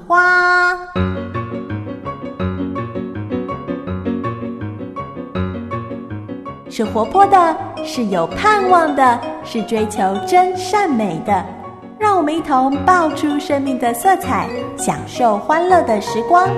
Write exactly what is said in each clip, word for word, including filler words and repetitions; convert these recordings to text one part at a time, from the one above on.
花。是活泼的，是有盼望的，是追求真善美的。让我们一同爆出生命的色彩，享受欢乐的时光。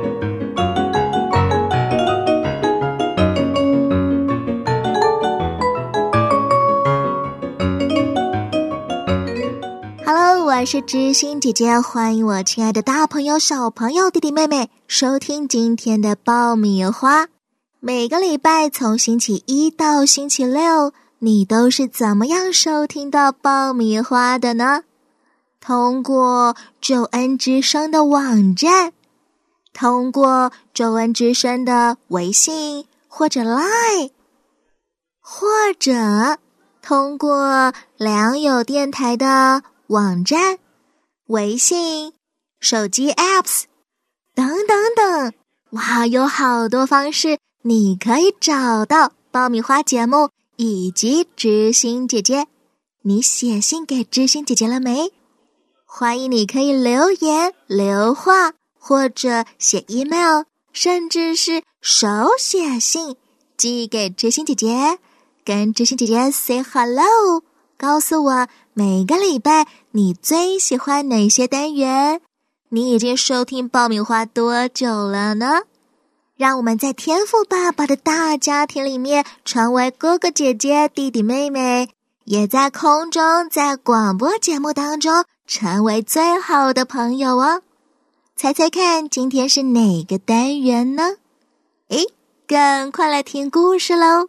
Hello， 我是知心姐姐，欢迎我亲爱的大朋友、小朋友、弟弟妹妹收听今天的爆米花。每个礼拜从星期一到星期六，你都是怎么样收听到爆米花的呢？通过救恩之声的网站，通过救恩之声的微信或者 Line， 或者通过良友电台的网站、微信、手机 apps 等等等。哇，有好多方式你可以找到爆米花节目以及知心姐姐。你写信给知心姐姐了没？欢迎你可以留言留话，或者写 email， 甚至是手写信寄给知心姐姐，跟知心姐姐 say hello， 告诉我每个礼拜你最喜欢哪些单元，你已经收听爆米花多久了呢？让我们在天父爸爸的大家庭里面成为哥哥姐姐、弟弟妹妹，也在空中在广播节目当中成为最好的朋友哦。猜猜看今天是哪个单元呢？诶，赶快来听故事咯。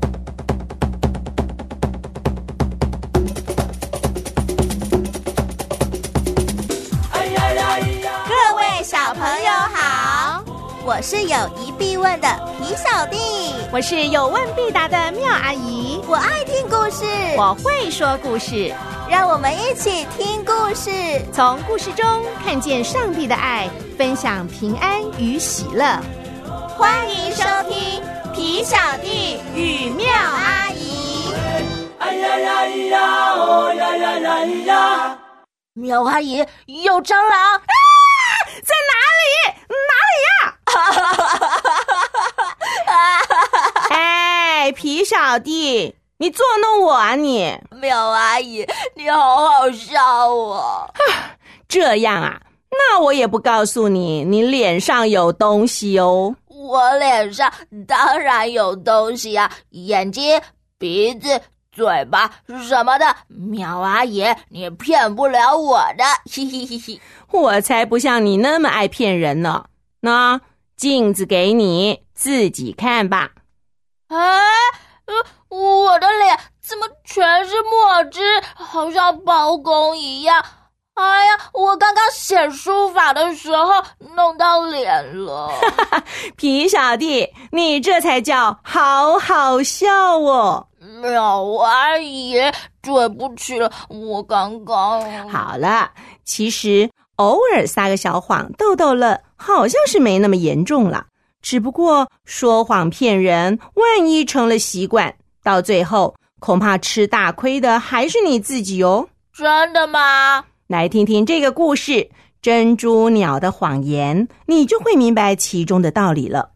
各位小朋友好，我是有疑必问的皮小弟， 我是有问必答的妙阿姨， 我爱听故事， 我会说故事， 让我们一起听故事， 从故事中看见上帝的爱，分享平安与喜乐。 欢迎收听皮小弟与妙阿姨。 哎呀呀呀，哦呀呀呀呀！ 妙阿姨，有蟑螂！ 啊，在哪里？哪里呀？哎，皮小弟，你捉弄我啊你！ 妙阿姨，你好好笑哦。 这样啊，那我也不告诉你，你脸上有东西哦。 我脸上当然有东西啊，眼睛、鼻子、嘴巴什么的，妙阿姨，你骗不了我的，嘿嘿嘿嘿。 我才不像你那么爱骗人呢。那镜子给你，自己看吧。 哎，呃，我的脸怎么全是墨汁，好像包公一样？哎呀，我刚刚写书法的时候弄到脸了。 皮小弟，你这才叫好好笑哦。 妙阿姨，对不起了，我刚刚…… 好了，其实偶尔撒个小谎逗逗乐，好像是没那么严重了。只不过说谎骗人，万一成了习惯，到最后恐怕吃大亏的还是你自己哦。 真的吗？ 来听听这个故事《珍珠鸟的谎言》，你就会明白其中的道理了。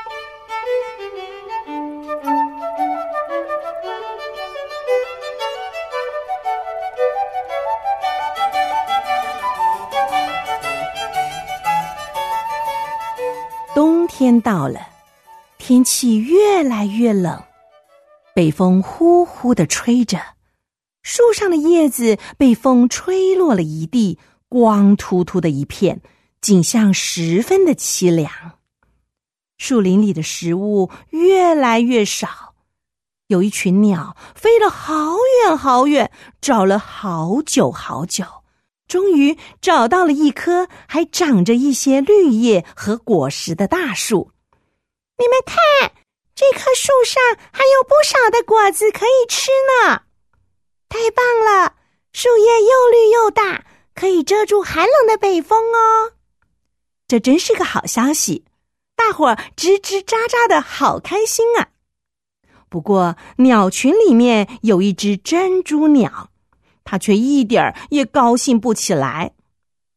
冬天到了，天气越来越冷，北风呼呼地吹着，树上的叶子被风吹落了一地，光秃秃的一片，景象十分的凄凉。树林里的食物越来越少，有一群鸟飞了好远好远，找了好久好久，终于找到了一棵还长着一些绿叶和果实的大树。你们看，这棵树上还有不少的果子可以吃呢。太棒了，树叶又绿又大，可以遮住寒冷的北风哦。这真是个好消息，大伙儿吱吱喳喳的好开心啊。不过鸟群里面有一只珍珠鸟，它却一点儿也高兴不起来。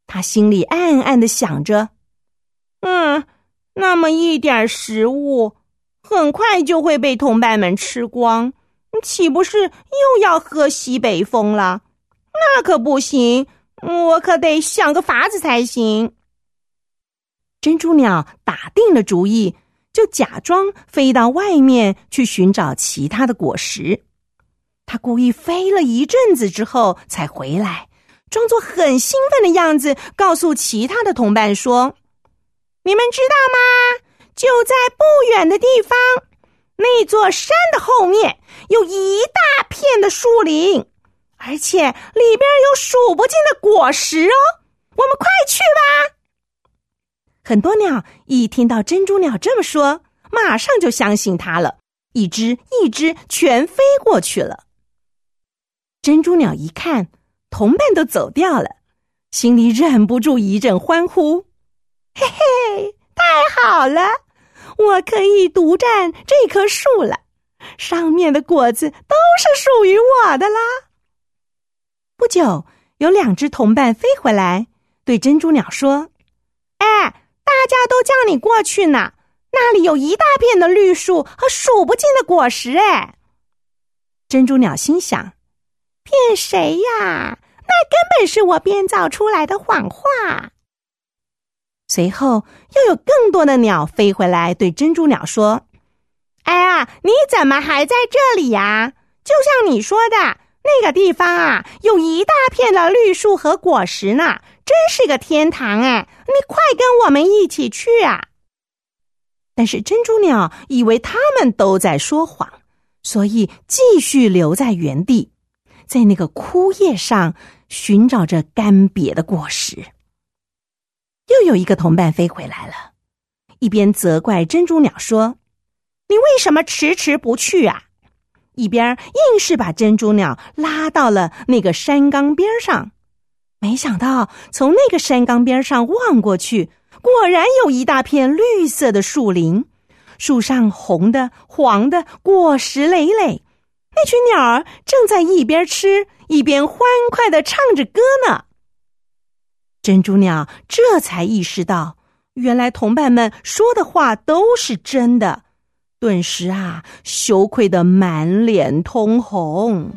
他心里暗暗地想着，嗯，那么一点食物很快就会被同伴们吃光，岂不是又要喝西北风了？那可不行，我可得想个法子才行。珍珠鸟打定了主意，就假装飞到外面去寻找其他的果实。他故意飞了一阵子之后才回来，装作很兴奋的样子，告诉其他的同伴说，你们知道吗？就在不远的地方，那座山的后面有一大片的树林，而且里边有数不尽的果实哦，我们快去吧。很多鸟一听到珍珠鸟这么说，马上就相信它了，一只一只全飞过去了。珍珠鸟一看同伴都走掉了，心里忍不住一阵欢呼，嘿嘿，太好了，我可以独占这棵树了，上面的果子都是属于我的啦。不久，有两只同伴飞回来，对珍珠鸟说，哎，大家都叫你过去呢，那里有一大片的绿树和数不尽的果实哎。珍珠鸟心想，骗谁呀？那根本是我编造出来的谎话。随后又有更多的鸟飞回来对珍珠鸟说，哎呀，你怎么还在这里呀？就像你说的，那个地方啊，有一大片的绿树和果实呢，真是个天堂哎，你快跟我们一起去啊。但是珍珠鸟以为他们都在说谎，所以继续留在原地，在那个枯叶上寻找着干瘪的果实。又有一个同伴飞回来了，一边责怪珍珠鸟说，你为什么迟迟不去啊？一边硬是把珍珠鸟拉到了那个山岗边上。没想到从那个山岗边上望过去，果然有一大片绿色的树林，树上红的黄的果实累累，那群鸟儿正在一边吃一边欢快地唱着歌呢。珍珠鸟这才意识到，原来同伴们说的话都是真的，顿时啊，羞愧得满脸通红。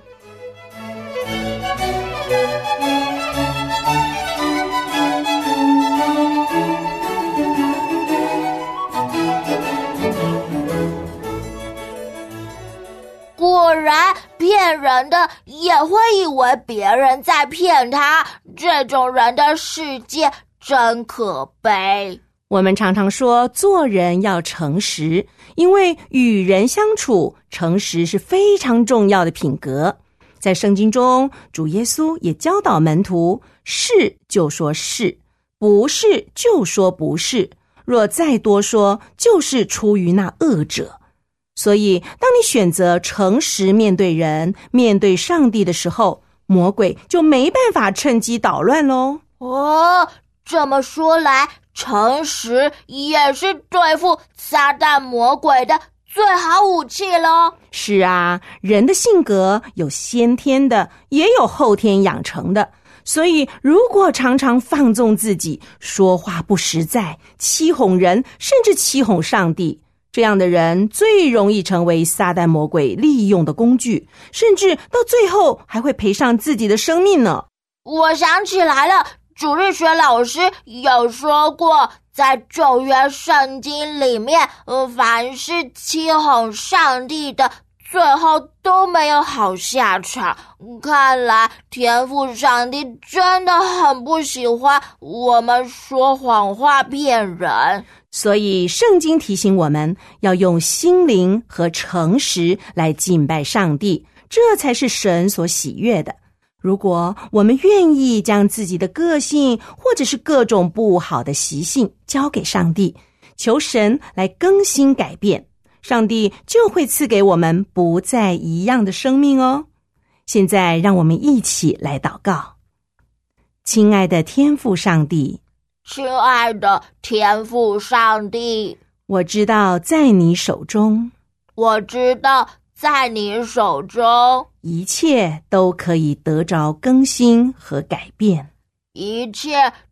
果然，骗人的也会以为别人在骗他，这种人的世界真可悲。 我们常常说做人要诚实，因为与人相处，诚实是非常重要的品格。在圣经中，主耶稣也教导门徒，是就说是，不是就说不是，若再多说，就是出于那恶者。所以当你选择诚实面对人，面对上帝的时候，魔鬼就没办法趁机捣乱咯。 哦，这么说来，诚实也是对付撒旦魔鬼的最好武器咯。 是啊，人的性格有先天的，也有后天养成的，所以如果常常放纵自己，说话不实在，欺哄人，甚至欺哄上帝，这样的人最容易成为撒旦魔鬼利用的工具，甚至到最后还会赔上自己的生命呢。 我想起来了，主日学老师有说过，在旧约圣经里面，呃，凡是欺哄上帝的，最后都没有好下场。看来天父上帝真的很不喜欢我们说谎话骗人。 所以圣经提醒我们要用心灵和诚实来敬拜上帝，这才是神所喜悦的。如果我们愿意将自己的个性或者是各种不好的习性交给上帝，求神来更新改变，上帝就会赐给我们不再一样的生命哦。现在让我们一起来祷告。亲爱的天父上帝， 亲爱的天父上帝， 我知道在你手中， 我知道在你手中， 一切都可以得着更新和改变， 一切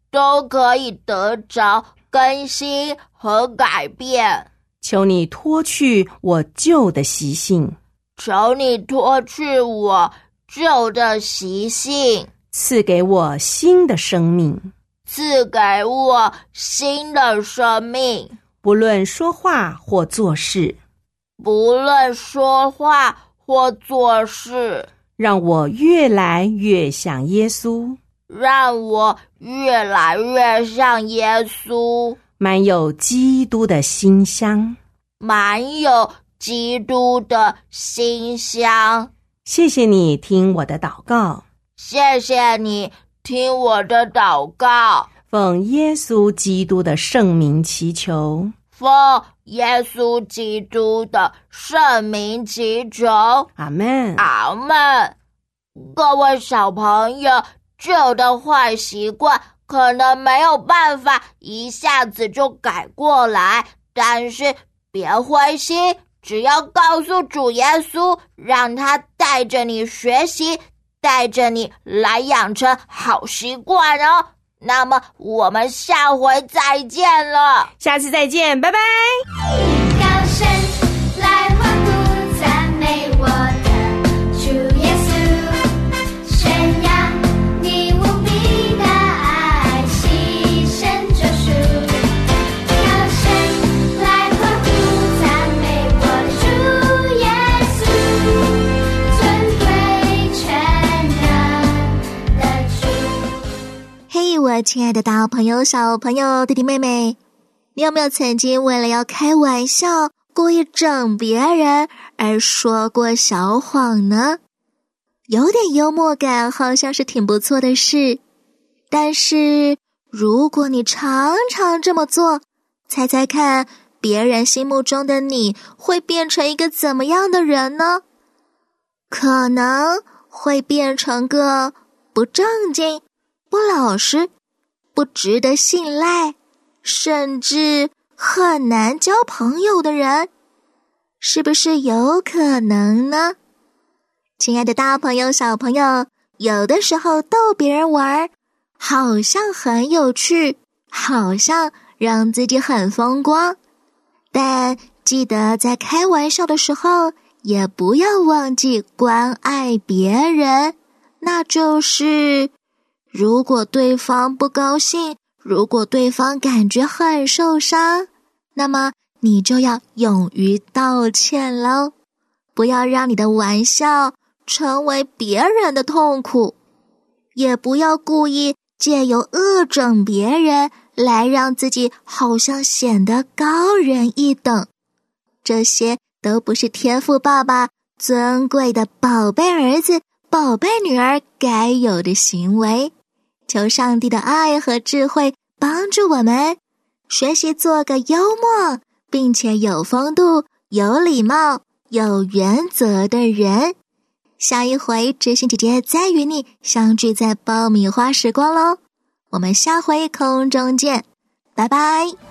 都可以得着更新和改变。 求你脱去我旧的习性， 求你脱去我旧的习性， 赐给我新的生命， 赐给我新的生命。 不论说话或做事， 不论说话或做事， 让我越来越像耶稣， 让我越来越像耶稣， 满有基督的馨香， 满有基督的馨香。 谢谢你听我的祷告， 谢谢你听我的祷告， 奉耶稣基督的圣名祈求， 奉耶稣基督的圣名祈求， 阿们， 阿们。各位小朋友，旧的坏习惯可能没有办法一下子就改过来，但是别灰心，只要告诉主耶稣，让他带着你学习，带着你来养成好习惯哦。那么我们下回再见了， 下次再见，拜拜。 高声来欢呼赞美我的主耶稣，宣扬你无比的爱，牺牲救赎。高声来欢呼赞美我的主耶稣，尊贵全能的主。 嘿，我亲爱的大朋友、小朋友、弟弟妹妹，你有没有曾经为了要开玩笑，故意整别人而说过小谎呢？有点幽默感好像是挺不错的事，但是如果你常常这么做，猜猜看，别人心目中的你会变成一个怎么样的人呢？可能会变成个不正经、不老实、不值得信赖，甚至很难交朋友的人，是不是有可能呢？亲爱的大朋友、小朋友，有的时候逗别人玩，好像很有趣，好像让自己很风光，但记得在开玩笑的时候，也不要忘记关爱别人，那就是如果对方不高兴，如果对方感觉很受伤，那么你就要勇于道歉咯，不要让你的玩笑成为别人的痛苦，也不要故意借由恶整别人来让自己好像显得高人一等，这些都不是天父爸爸尊贵的宝贝儿子、宝贝女儿该有的行为。求上帝的爱和智慧帮助我们学习做个幽默并且有风度、有礼貌、有原则的人。下一回知心姐姐再与你相聚在爆米花时光咯，我们下回空中见，拜拜。